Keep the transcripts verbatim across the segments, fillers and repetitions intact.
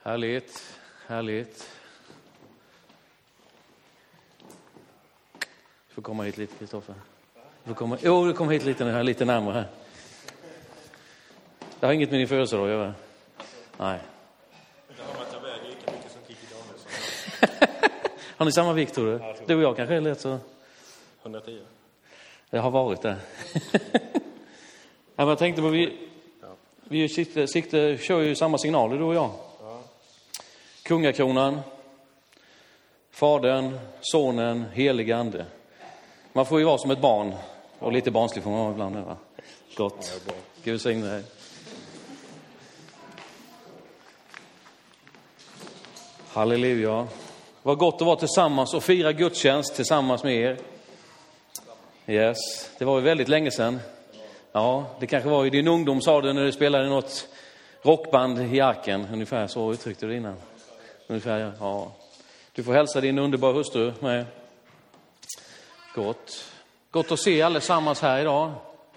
Härligt, härligt. Du får komma hit lite, Kristoffer. Du får komma, jo, du kommer hit lite, här, lite närmare här. Det har inget med din födelsedag att göra. Nej. Det har man att jag väger lika mycket som Kiki Danielsson. Har ni samma vikt, tror du? Ja, du och jag kanske är lätt så. hundratio. Det har varit det. Jag tänkte på, vi, vi sikte, sikte, kör ju samma signaler, du och jag. Ja. Kungakronan, Fadern, Sonen, Heliga Ande. Man får ju vara som ett barn. Och lite barnslig får man vara ibland. Va? Gott. Ja, Gud signe dig. Halleluja. Vad gott att vara tillsammans och fira gudstjänst tillsammans med er. Yes, det var ju väldigt länge sedan. Ja, det kanske var i din ungdom, sa du, när du spelade något rockband i Arken. Ungefär så uttryckte du innan. Ungefär, ja. Du får hälsa din underbara hustru med. Gott. Gott att se allesammans här idag.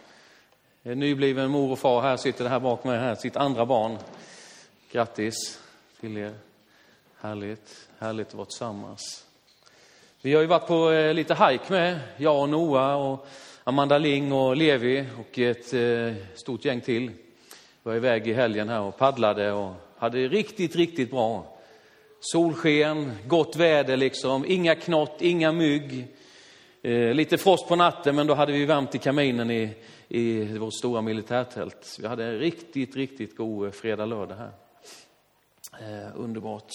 En nybliven mor och far här sitter här bak med här, sitt andra barn. Grattis till er. Härligt, härligt att vara tillsammans. Vi har ju varit på eh, lite hike med, jag och Noah och Amanda Ling och Levi och ett eh, stort gäng till. Vi var iväg i helgen här och paddlade och hade riktigt, riktigt bra. Solsken, gott väder liksom, inga knott, inga mygg. Eh, lite frost på natten, men då hade vi värmt i kaminen i, i vårt stora militärtält. Vi hade en riktigt, riktigt god fredag, lördag här. Eh, underbart.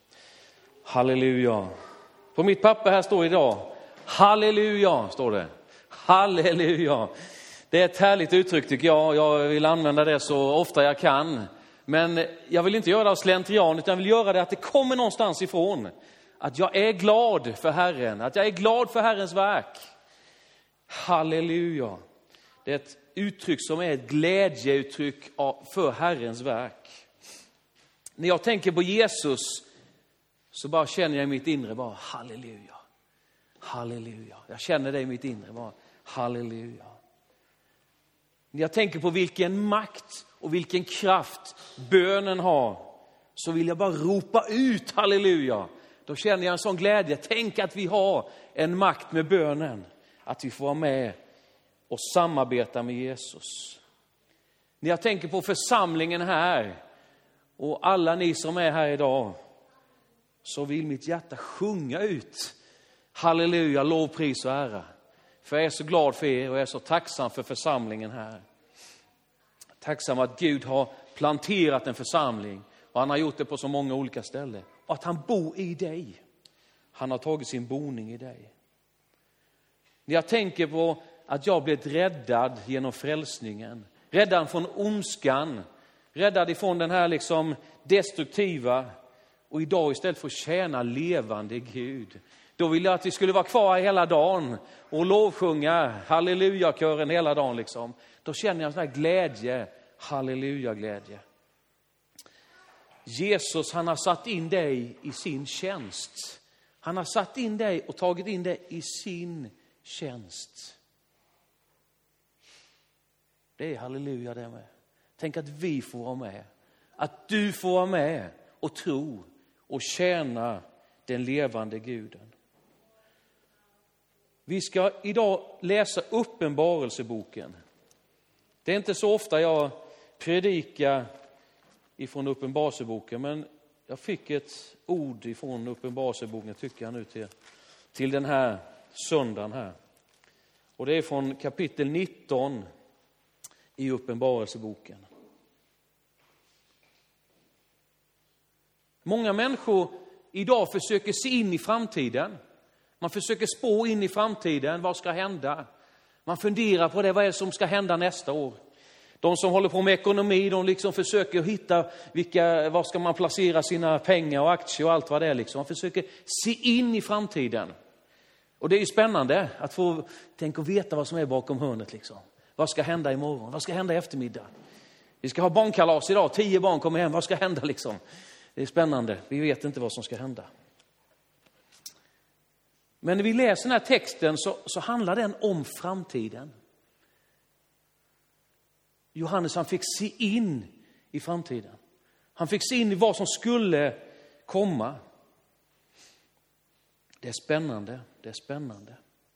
Halleluja. På mitt papper här står idag, halleluja, står det. Halleluja. Det är ett härligt uttryck tycker jag. Jag vill använda det så ofta jag kan. Men jag vill inte göra det av slentrian, utan jag vill göra det att det kommer någonstans ifrån. Att jag är glad för Herren. Att jag är glad för Herrens verk. Halleluja. Det är ett uttryck som är ett glädjeuttryck för Herrens verk. När jag tänker på Jesus så bara känner jag i mitt inre bara halleluja. Halleluja. Jag känner det i mitt inre bara halleluja. När jag tänker på vilken makt och vilken kraft bönen har så vill jag bara ropa ut halleluja. Då känner jag en sån glädje. Tänk att vi har en makt med bönen. Att vi får vara med och samarbeta med Jesus. När jag tänker på församlingen här och alla ni som är här idag så vill mitt hjärta sjunga ut halleluja, lov, pris och ära. För jag är så glad för er och jag är så tacksam för församlingen här. Tacksam att Gud har planterat en församling och han har gjort det på så många olika ställen. Och att han bor i dig. Han har tagit sin boning i dig. När jag tänker på att jag blivit räddad genom frälsningen. Räddad från ondskan. Räddad ifrån den här liksom destruktiva. Och idag istället för att tjäna levande Gud. Då vill jag att vi skulle vara kvar hela dagen. Och lovsjunga halleluja-kören hela dagen liksom. Då känner jag en sån här glädje. Halleluja-glädje. Jesus, han har satt in dig i sin tjänst. Han har satt in dig och tagit in dig i sin tjänst. Det är halleluja det med. Tänk att vi får vara med. Att du får vara med och tro och tjäna den levande Guden. Vi ska idag läsa Uppenbarelseboken. Det är inte så ofta jag predikar ifrån Uppenbarelseboken, men jag fick ett ord ifrån Uppenbarelseboken tycker jag nu till, till den här söndagen här. Och det är från kapitel nitton i Uppenbarelseboken. Många människor idag försöker se in i framtiden. Man försöker spå in i framtiden. Vad ska hända? Man funderar på det. Vad är det som ska hända nästa år? De som håller på med ekonomi, de liksom försöker hitta vilka, var ska man placera sina pengar och aktier och allt vad det är. Liksom. Man försöker se in i framtiden. Och det är ju spännande att få tänka och veta vad som är bakom hörnet. Liksom. Vad ska hända imorgon? Vad ska hända i eftermiddag? Vi ska ha barnkalas idag. Tio barn kommer hem. Vad ska hända liksom? Det är spännande. Vi vet inte vad som ska hända. Men när vi läser den här texten så, så handlar den om framtiden. Johannes han fick se in i framtiden. Han fick se in i vad som skulle komma. Det är spännande, det är spännande.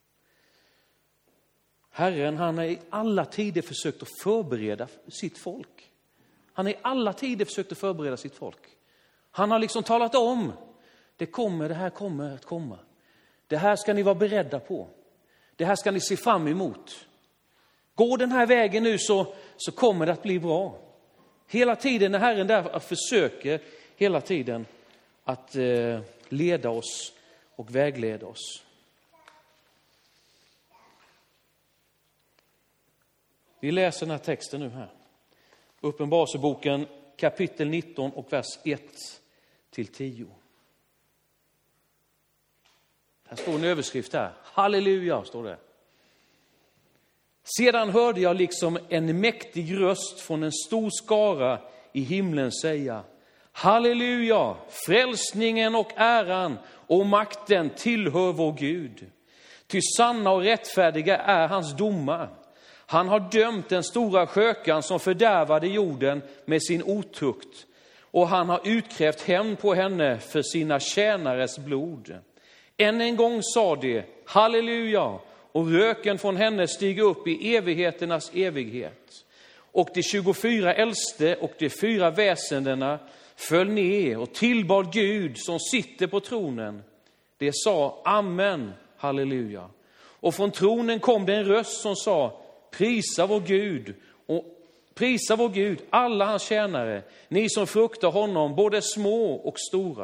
Herren, han har i alla tider försökt att förbereda sitt folk. Han har i alla tider försökt att förbereda sitt folk. Han har liksom talat om, det kommer, det här kommer att komma. Det här ska ni vara beredda på. Det här ska ni se fram emot. Gå den här vägen nu så, så kommer det att bli bra. Hela tiden är Herren där att försöka hela tiden att eh, leda oss och vägleda oss. Vi läser den här texten nu här. Uppenbarelseboken kapitel nitton och vers ett till tio. Här står en överskrift här. Halleluja, står det. Sedan hörde jag liksom en mäktig röst från en stor skara i himlen säga: Halleluja, frälsningen och äran och makten tillhör vår Gud. Ty sanna och rättfärdiga är hans domar. Han har dömt den stora skökan som fördärvade jorden med sin otukt, och han har utkrävt hämnd på henne för sina tjänares blod. Än en gång sa det, halleluja, och röken från henne stiger upp i evigheternas evighet. Och de tjugofyra äldste och de fyra väsendena föll ner och tillbad Gud som sitter på tronen. Det sa amen, halleluja. Och från tronen kom det en röst som sa: Prisa vår Gud, och prisa vår Gud, alla hans tjänare, ni som fruktar honom, både små och stora.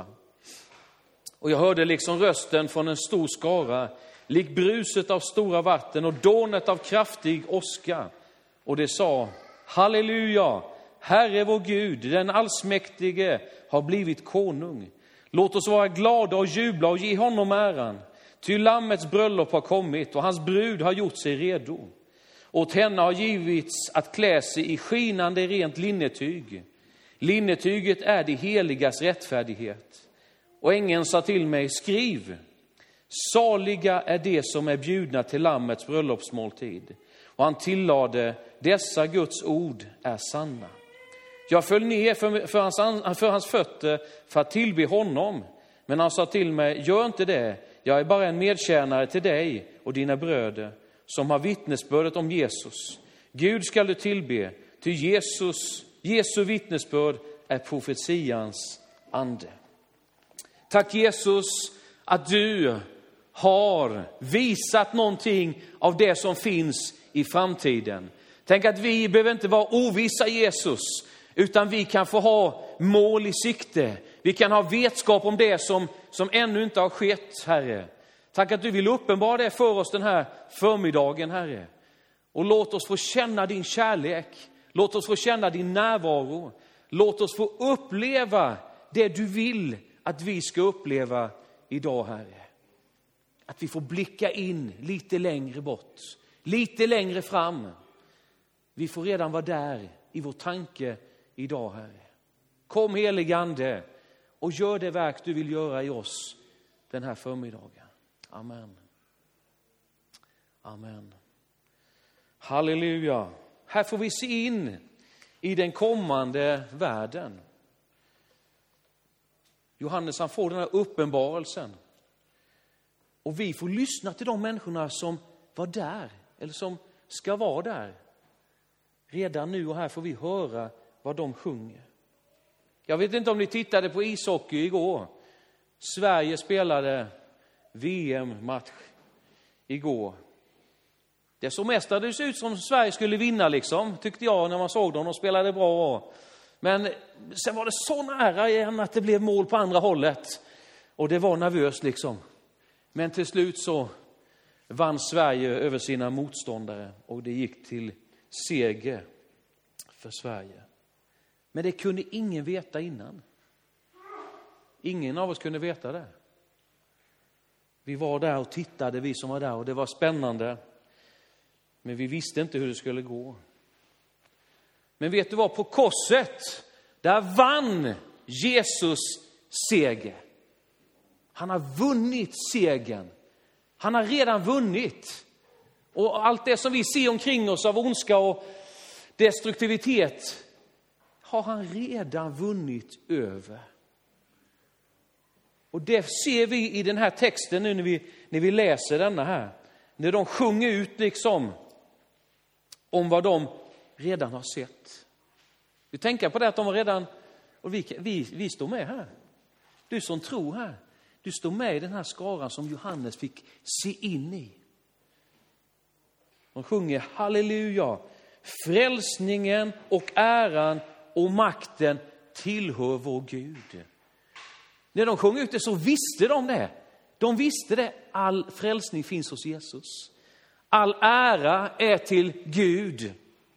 Och jag hörde liksom rösten från en stor skara, lik bruset av stora vatten och dånet av kraftig åska. Och det sa: Halleluja, Herre vår Gud, den allsmäktige, har blivit konung. Låt oss vara glada och jubla och ge honom äran. Ty lammets bröllop har kommit och hans brud har gjort sig redo. Åt henne har givits att klä sig i skinande rent linnetyg. Linnetyget är det heligas rättfärdighet. Och ängeln sa till mig: skriv, saliga är de som är bjudna till lammets bröllopsmåltid. Och han tillade: dessa Guds ord är sanna. Jag föll ner för, för, hans, för hans fötter för att tillbe honom. Men han sa till mig: gör inte det, jag är bara en medtjänare till dig och dina bröder, som har vittnesbördet om Jesus. Gud skall du tillbe, ty Jesus, Jesu vittnesbörd är profetians ande. Tack Jesus att du har visat någonting av det som finns i framtiden. Tänk att vi behöver inte vara ovissa Jesus, utan vi kan få ha mål i sikte. Vi kan ha vetskap om det som, som ännu inte har skett, Herre. Tack att du vill uppenbara det för oss den här förmiddagen, Herre. Och låt oss få känna din kärlek. Låt oss få känna din närvaro. Låt oss få uppleva det du vill att vi ska uppleva idag, Herre. Att vi får blicka in lite längre bort, lite längre fram. Vi får redan vara där i vår tanke idag, Herre. Kom helige Ande och gör det verk du vill göra i oss den här förmiddagen. Amen. Amen. Halleluja. Här får vi se in i den kommande världen. Johannes, han får den här uppenbarelsen. Och vi får lyssna till de människorna som var där, eller som ska vara där. Redan nu och här får vi höra vad de sjunger. Jag vet inte om ni tittade på ishockey igår. Sverige spelade V M-match igår. Det såg mest det såg ut som Sverige skulle vinna, liksom, tyckte jag när man såg dem. De spelade bra. Men sen var det så nära igen att det blev mål på andra hållet. Och det var nervöst liksom. Men till slut så vann Sverige över sina motståndare. Och det gick till seger för Sverige. Men det kunde ingen veta innan. Ingen av oss kunde veta det. Vi var där och tittade, vi som var där, och det var spännande. Men vi visste inte hur det skulle gå. Men vet du vad? På korset, där vann Jesus seger. Han har vunnit segern. Han har redan vunnit. Och allt det som vi ser omkring oss av ondska och destruktivitet har han redan vunnit över. Och det ser vi i den här texten nu när vi, när vi läser denna här. När de sjunger ut liksom om vad de redan har sett. Vi tänker på det att de har redan, och vi, vi, vi står med här. Du som tror här, du står med i den här skaran som Johannes fick se in i. De sjunger halleluja, frälsningen och äran och makten tillhör vår Gud. När de sjöng ut det så visste de det. De visste det. All frälsning finns hos Jesus. All ära är till Gud.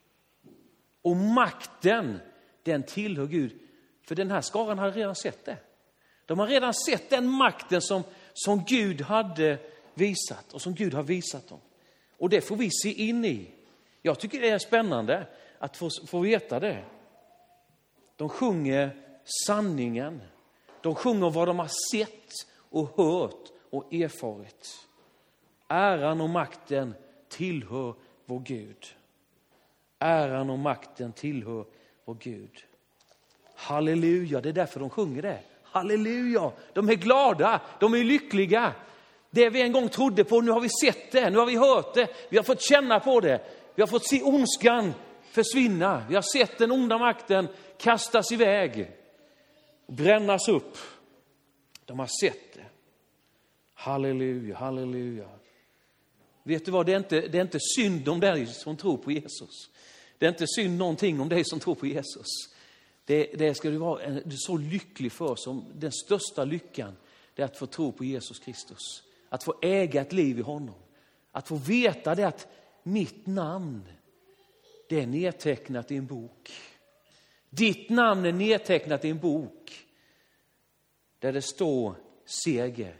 Och makten, den tillhör Gud. För den här skaran har redan sett det. De har redan sett den makten som, som Gud hade visat. Och som Gud har visat dem. Och det får vi se in i. Jag tycker det är spännande att få, få veta det. De sjunger sanningen. De sjunger vad de har sett och hört och erfarit. Äran och makten tillhör vår Gud. Äran och makten tillhör vår Gud. Halleluja, det är därför de sjunger det. Halleluja, de är glada, de är lyckliga. Det vi en gång trodde på, nu har vi sett det, nu har vi hört det. Vi har fått känna på det. Vi har fått se ondskan försvinna. Vi har sett den onda makten kastas iväg. Brännas upp. De har sett det. Halleluja, halleluja. Vet du vad, det är inte, det är inte synd om dig som tror på Jesus. Det är inte synd någonting om dig som tror på Jesus. Det, det ska du vara du är så lycklig för, som den största lyckan, det är att få tro på Jesus Kristus. Att få äga ett liv i honom. Att få veta det att mitt namn, det är nedtecknat i en bok. Ditt namn är nedtecknat i en bok där det står seger,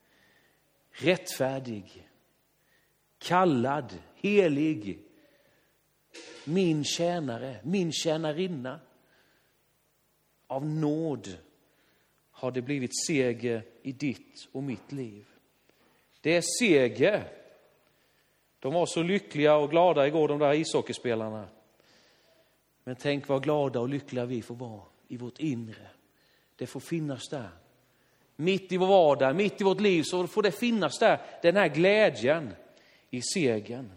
rättfärdig, kallad, helig, min tjänare, min tjänarinna. Av nåd har det blivit seger i ditt och mitt liv. Det är seger. De var så lyckliga och glada igår, de där ishockeyspelarna. Men tänk vad glada och lyckliga vi får vara i vårt inre. Det får finnas där. Mitt i vår vardag, mitt i vårt liv, så får det finnas där. Den här glädjen i segern.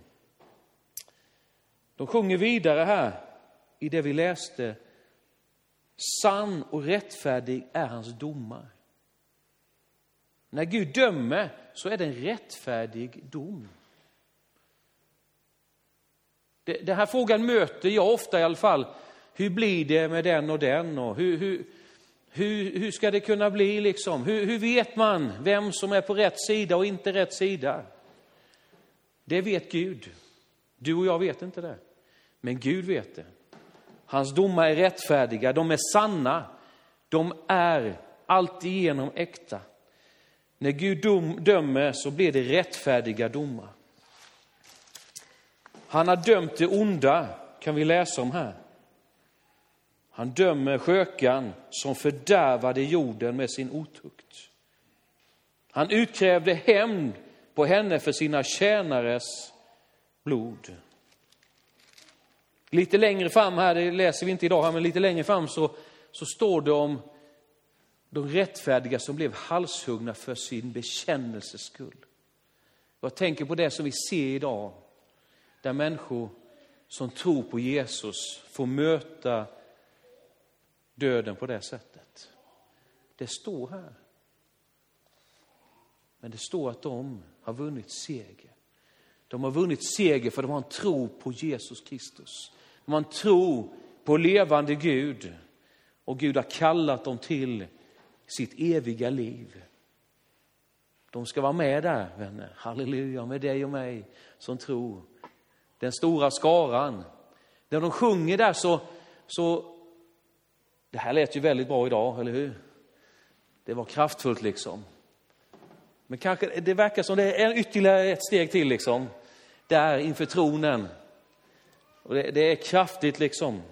De sjunger vidare här i det vi läste. Sann och rättfärdig är hans domar. När Gud dömer så är det en rättfärdig dom. Det, den här frågan möter jag ofta i alla fall. Hur blir det med den och den? Och hur, hur, hur, hur ska det kunna bli liksom? Hur, hur vet man vem som är på rätt sida och inte rätt sida? Det vet Gud. Du och jag vet inte det. Men Gud vet det. Hans domar är rättfärdiga, de är sanna. De är alltigenom äkta. När Gud dom, dömer så blir det rättfärdiga domar. Han har dömt det onda, kan vi läsa om här. Han dömer skökan som fördärvade jorden med sin otukt. Han utkrävde hämnd på henne för sina tjänares blod. Lite längre fram här, det läser vi inte idag här, men lite längre fram så, så står det om de rättfärdiga som blev halshuggna för sin bekännelses skull. Jag tänker på det som vi ser idag. Där människor som tror på Jesus får möta döden på det sättet. Det står här. Men det står att de har vunnit seger. De har vunnit seger för de har en tro på Jesus Kristus. De har en tro på levande Gud. Och Gud har kallat dem till sitt eviga liv. De ska vara med där, vänner. Halleluja, med dig och mig som tror. Den stora skaran. När de sjunger där så, så... Det här lät ju väldigt bra idag, eller hur? Det var kraftfullt liksom. Men kanske det verkar som det är ytterligare ett steg till liksom. Där inför tronen. Och det, det är kraftigt liksom.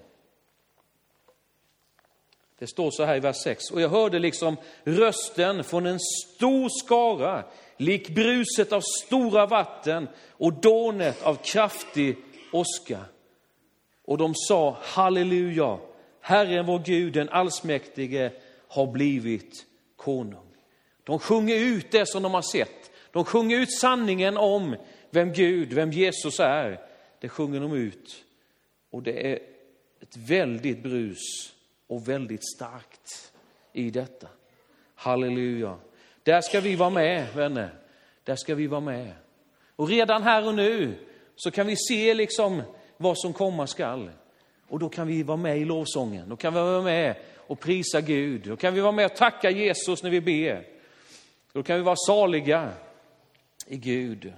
Det står så här i vers sex. Och jag hörde liksom rösten från en stor skara. Lik bruset av stora vatten och dånet av kraftig åska. Och de sa halleluja. Herren vår Gud, den allsmäktige, har blivit konung. De sjunger ut det som de har sett. De sjunger ut sanningen om vem Gud, vem Jesus är. Det sjunger de ut. Och det är ett väldigt brus och väldigt starkt i detta. Halleluja. Där ska vi vara med, vänner. Där ska vi vara med. Och redan här och nu så kan vi se liksom vad som komma skall. Och då kan vi vara med i lovsången. Då kan vi vara med och prisa Gud. Då kan vi vara med och tacka Jesus när vi ber. Då kan vi vara saliga i Gud.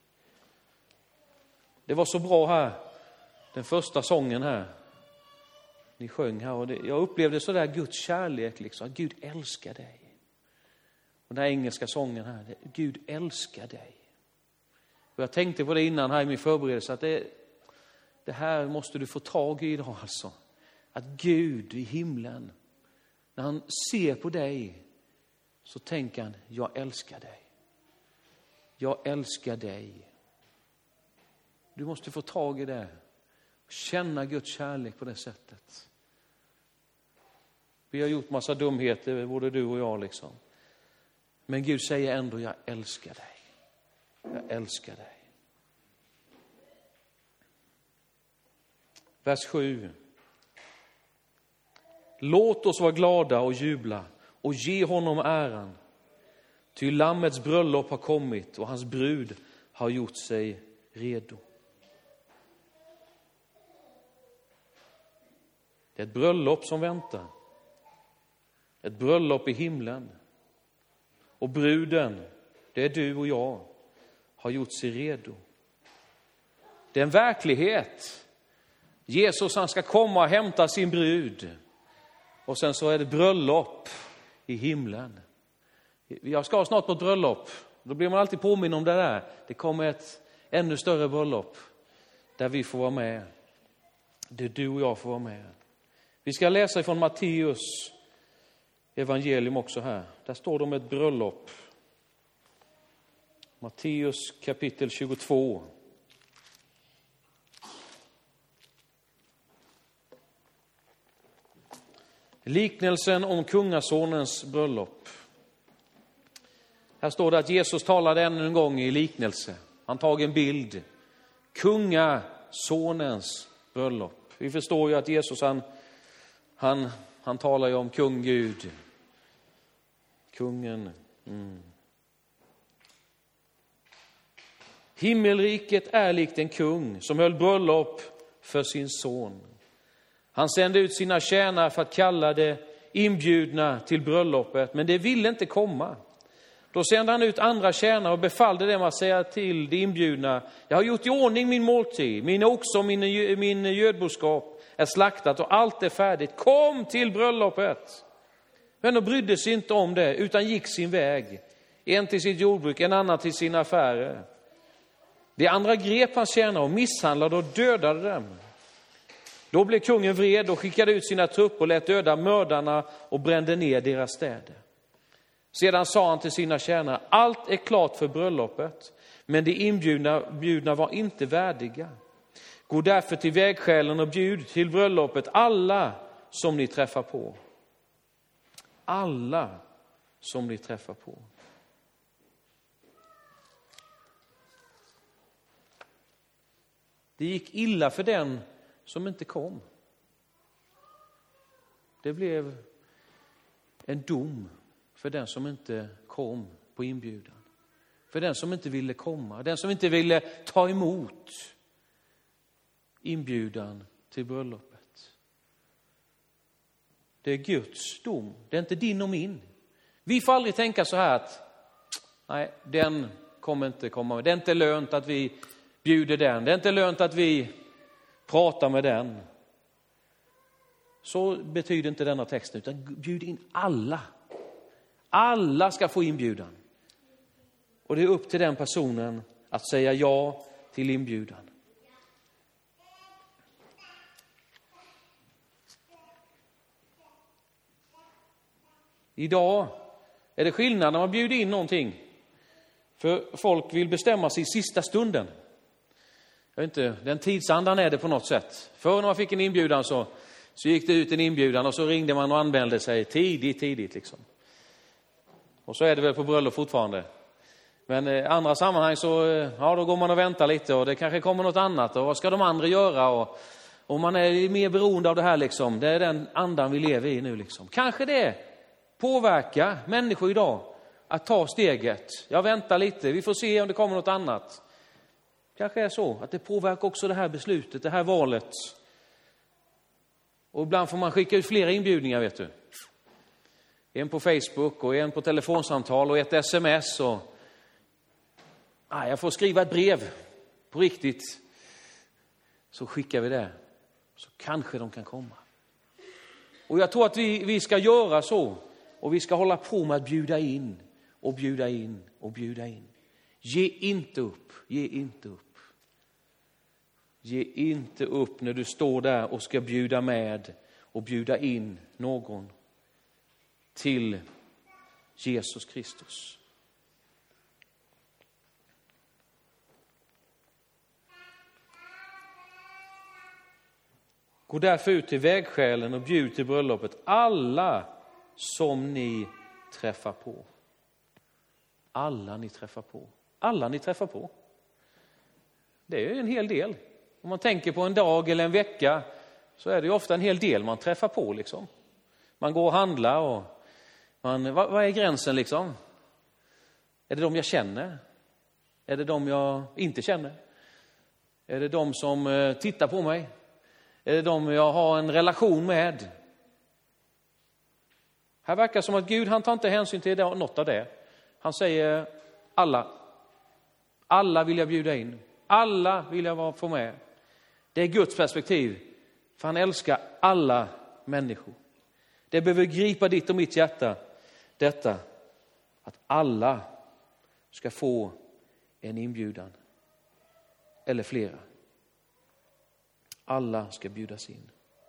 Det var så bra här. Den första sången här. Ni sjöng här. Och det, jag upplevde så där Guds kärlek. Liksom, att Gud älskar dig. Och den här engelska sången här. Det, Gud älskar dig. Och jag tänkte på det innan här i min förberedelse. Att det, det här måste du få tag i idag alltså. Att Gud i himlen. När han ser på dig. Så tänker han, jag älskar dig. Jag älskar dig. Du måste få tag i det. Känna Guds kärlek på det sättet. Vi har gjort massa dumheter, både du och jag liksom. Men Gud säger ändå, jag älskar dig. Jag älskar dig. Vers sju. Låt oss vara glada och jubla och ge honom äran. Ty lammets bröllop har kommit och hans brud har gjort sig redo. Det är ett bröllop som väntar. Ett bröllop i himlen. Och bruden, det är du och jag, har gjort sig redo. Det är en verklighet. Jesus, han ska komma och hämta sin brud. Och sen så är det bröllop i himlen. Jag ska snart på ett bröllop. Då blir man alltid påminn om det där. Det kommer ett ännu större bröllop där vi får vara med. Det du och jag får vara med. Vi ska läsa ifrån Matteus evangelium också här. Där står det om ett bröllop. Matteus kapitel tjugotvå. Liknelsen om kungasonens bröllop. Här står det att Jesus talade ännu en gång i liknelse. Han tog en bild. Kungasonens bröllop. Vi förstår ju att Jesus han, han, han talar ju om kung Gud. Kungen. Mm. Himmelriket är likt en kung som höll bröllop för sin son. Han sände ut sina tjänare för att kalla det inbjudna till bröllopet, men det ville inte komma. Då sände han ut andra tjänare och befallde dem att säga till de inbjudna: jag har gjort i ordning min måltid, min oxe och min, min gödboskap är slaktat och allt är färdigt. Kom till bröllopet. Men de brydde sig inte om det utan gick sin väg. En till sitt jordbruk, en annan till sina affärer. De andra grep hans tjänare och misshandlade och dödade dem. Då blev kungen vred och skickade ut sina trupper och lät döda mördarna och brände ner deras städer. Sedan sa han till sina tjänare: allt är klart för bröllopet, men de inbjudna bjudna var inte värdiga. Gå därför till vägskälen och bjud till bröllopet alla som ni träffar på. Alla som ni träffar på. Det gick illa för den som inte kom. Det blev en dom för den som inte kom på inbjudan. För den som inte ville komma. Den som inte ville ta emot inbjudan till bröllopet. Det är Guds dom. Det är inte din och min. Vi får aldrig tänka så här att nej, den kommer inte komma. Det är inte lönt att vi bjuder den. Det är inte lönt att vi pratar med den. Så betyder inte denna texten, utan bjud in alla. Alla ska få inbjudan. Och det är upp till den personen att säga ja till inbjudan. Idag är det skillnad när man bjuder in någonting. För folk vill bestämma sig i sista stunden. Jag vet inte, den tidsandan är det på något sätt. Förr när man fick en inbjudan så, Så gick det ut en inbjudan och så ringde man och anmälde sig tidigt, tidigt liksom. Och så är det väl på bröllop fortfarande. Men i andra sammanhang så, ja då går man och väntar lite och det kanske kommer något annat. Och vad ska de andra göra? Och, och man är mer beroende av det här liksom. Det är den andan vi lever i nu liksom. Kanske det påverkar människor idag att ta steget. Jag väntar lite, vi får se om det kommer något annat. Kanske är så att det påverkar också det här beslutet, det här valet. Och ibland får man skicka ut flera inbjudningar, vet du. En på Facebook och en på telefonsamtal och ett sms. Och... Ah, jag får skriva ett brev på riktigt. Så skickar vi det. Så kanske de kan komma. Och jag tror att vi, vi ska göra så. Och vi ska hålla på med att bjuda in. Och bjuda in och bjuda in. Ge inte upp, ge inte upp. Ge inte upp när du står där och ska bjuda med och bjuda in någon till Jesus Kristus. Gå därför ut till vägskälen och bjud till bröllopet alla som ni träffar på. Alla ni träffar på. Alla ni träffar på. Det är ju en hel del. Om man tänker på en dag eller en vecka så är det ju ofta en hel del man träffar på liksom. Man går och handlar och man, vad, vad är gränsen liksom? Är det de jag känner? Är det de jag inte känner? Är det de som eh, tittar på mig? Är det de jag har en relation med? Här verkar som att Gud, han tar inte hänsyn till det, något av det. Han säger alla. Alla vill jag bjuda in. Alla vill jag få med. Det är Guds perspektiv. För han älskar alla människor. Det behöver gripa ditt och mitt hjärta. Detta. Att alla ska få en inbjudan. Eller flera. Alla ska bjudas in.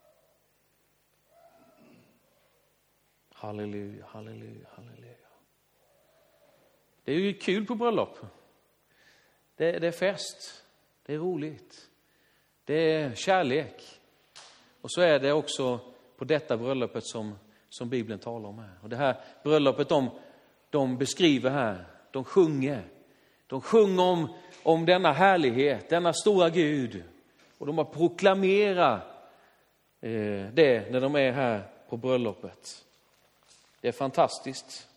Halleluja, halleluja, halleluja. Det är ju kul på bröllop. Det, det är fest. Det är roligt. Det är kärlek. Och så är det också på detta bröllopet som, som Bibeln talar om här. Och det här bröllopet de, de beskriver här. De sjunger. De sjunger om, om denna härlighet. Denna stora Gud. Och de har proklamerat eh, det när de är här på bröllopet. Det är fantastiskt.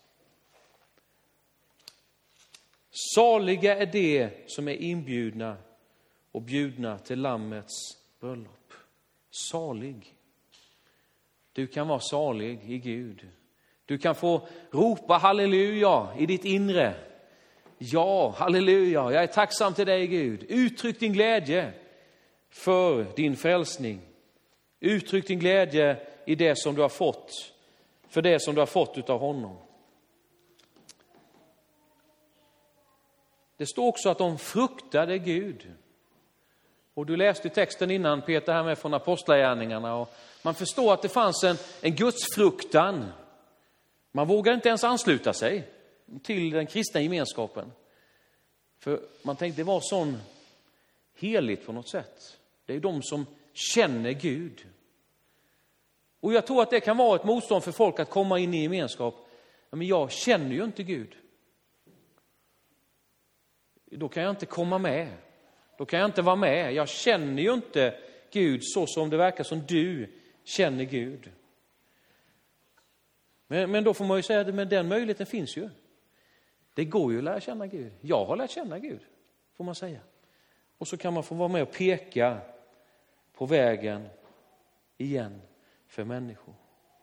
Saliga är det som är inbjudna och bjudna till Lammets bröllop. Salig. Du kan vara salig i Gud. Du kan få ropa halleluja i ditt inre. Ja, halleluja. Jag är tacksam till dig Gud. Uttryck din glädje för din frälsning. Uttryck din glädje i det som du har fått. För det som du har fått utav honom. Det står också att de fruktade Gud. Och du läste texten innan Peter här med från Apostlagärningarna. Och man förstår att det fanns en, en gudsfruktan. Man vågar inte ens ansluta sig till den kristna gemenskapen. För man tänkte det var sån heligt på något sätt. Det är de som känner Gud. Och jag tror att det kan vara ett motstånd för folk att komma in i gemenskap. Men jag känner ju inte Gud. Då kan jag inte komma med. Då kan jag inte vara med. Jag känner ju inte Gud så som det verkar som du känner Gud. Men, men då får man ju säga att men den möjligheten finns ju. Det går ju att lära känna Gud. Jag har lärt känna Gud, får man säga. Och så kan man få vara med och peka på vägen igen för människor.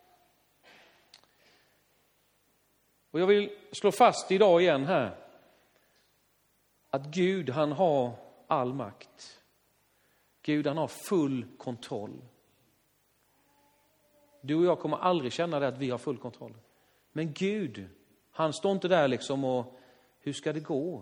Och jag vill slå fast idag igen här att Gud, han har all makt. Gud, han har full kontroll. Du och jag kommer aldrig känna det att vi har full kontroll. Men Gud, han står inte där liksom och hur ska det gå?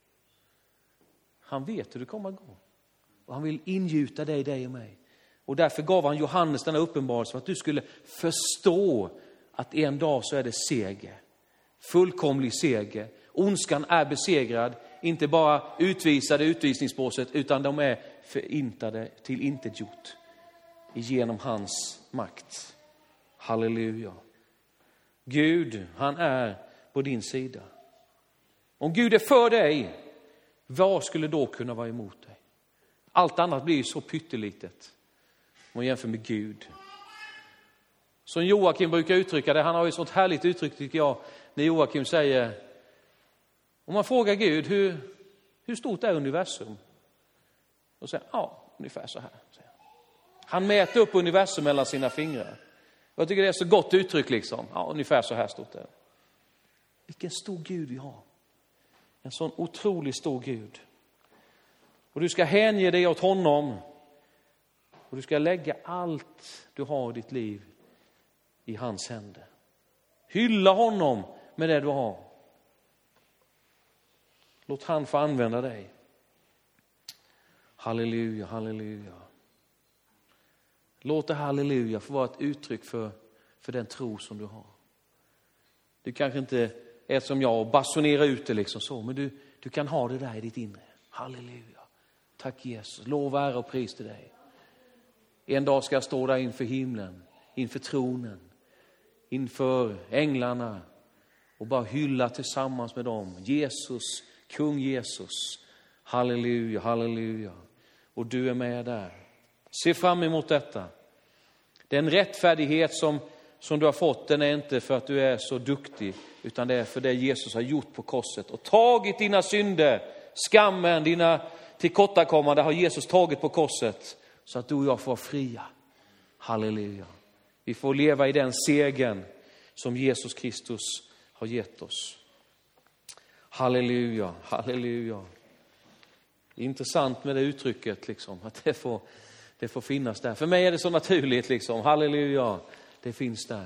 Han vet hur det kommer att gå. Och han vill ingjuta dig, dig och mig. Och därför gav han Johannes denna uppenbarelse för att du skulle förstå att en dag så är det seger. Fullkomlig seger. Ondskan är besegrad. Inte bara utvisade utvisningsbåset utan de är förintade till intet gjort. genom hans makt. Halleluja. Gud, han är på din sida. Om Gud är för dig, vad skulle då kunna vara emot dig? Allt annat blir så pyttelitet om man jämför med Gud. Som Joakim brukar uttrycka det, han har ju ett sånt härligt uttryck tycker jag, när Joakim säger, om man frågar Gud, hur, hur stort är universum? Och säger ja, ungefär så här. Han mäter upp universum mellan sina fingrar. Jag tycker det är så gott uttryck liksom. Ja, ungefär så här stort är det. Vilken stor Gud vi har. En sån otroligt stor Gud. Och du ska hänge dig åt honom. Och du ska lägga allt du har i ditt liv i hans händer. Hylla honom med det du har. Låt han få använda dig. Halleluja, halleluja. Låt det halleluja få vara ett uttryck för, för den tro som du har. Du kanske inte är som jag och basunerar ut det liksom så. Men du, du kan ha det där i ditt inre. Halleluja. Tack Jesus. Lov, ära och pris till dig. En dag ska jag stå där inför himlen. Inför tronen. Inför änglarna. Och bara hylla tillsammans med dem. Jesus, kung Jesus. Halleluja, halleluja. Och du är med där. Se fram emot detta. Den rättfärdighet som, som du har fått, den är inte för att du är så duktig. Utan det är för det Jesus har gjort på korset. Och tagit dina synder, skammen, dina tillkortakommande har Jesus tagit på korset. Så att du och jag får vara fria. Halleluja. Vi får leva i den segern som Jesus Kristus har gett oss. Halleluja, halleluja. Det är intressant med det uttrycket liksom, att det får, det får finnas där. För mig är det så naturligt liksom, halleluja, det finns där.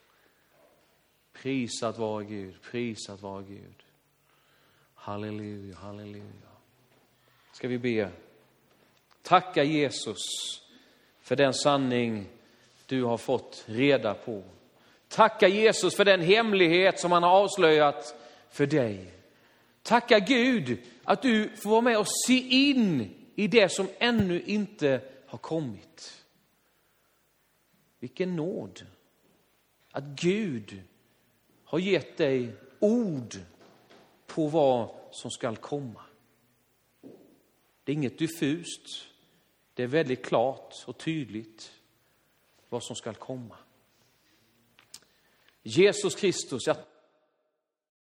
Prisat vara Gud, prisat vara Gud. Halleluja, halleluja. Ska vi be. Tacka Jesus för den sanning du har fått reda på. Tacka Jesus för den hemlighet som han har avslöjat för dig. Tacka Gud att du får vara med och se in i det som ännu inte har kommit. Vilken nåd att Gud har gett dig ord på vad som ska komma. Det är inget diffust. Det är väldigt klart och tydligt vad som ska komma. Jesus Kristus, jag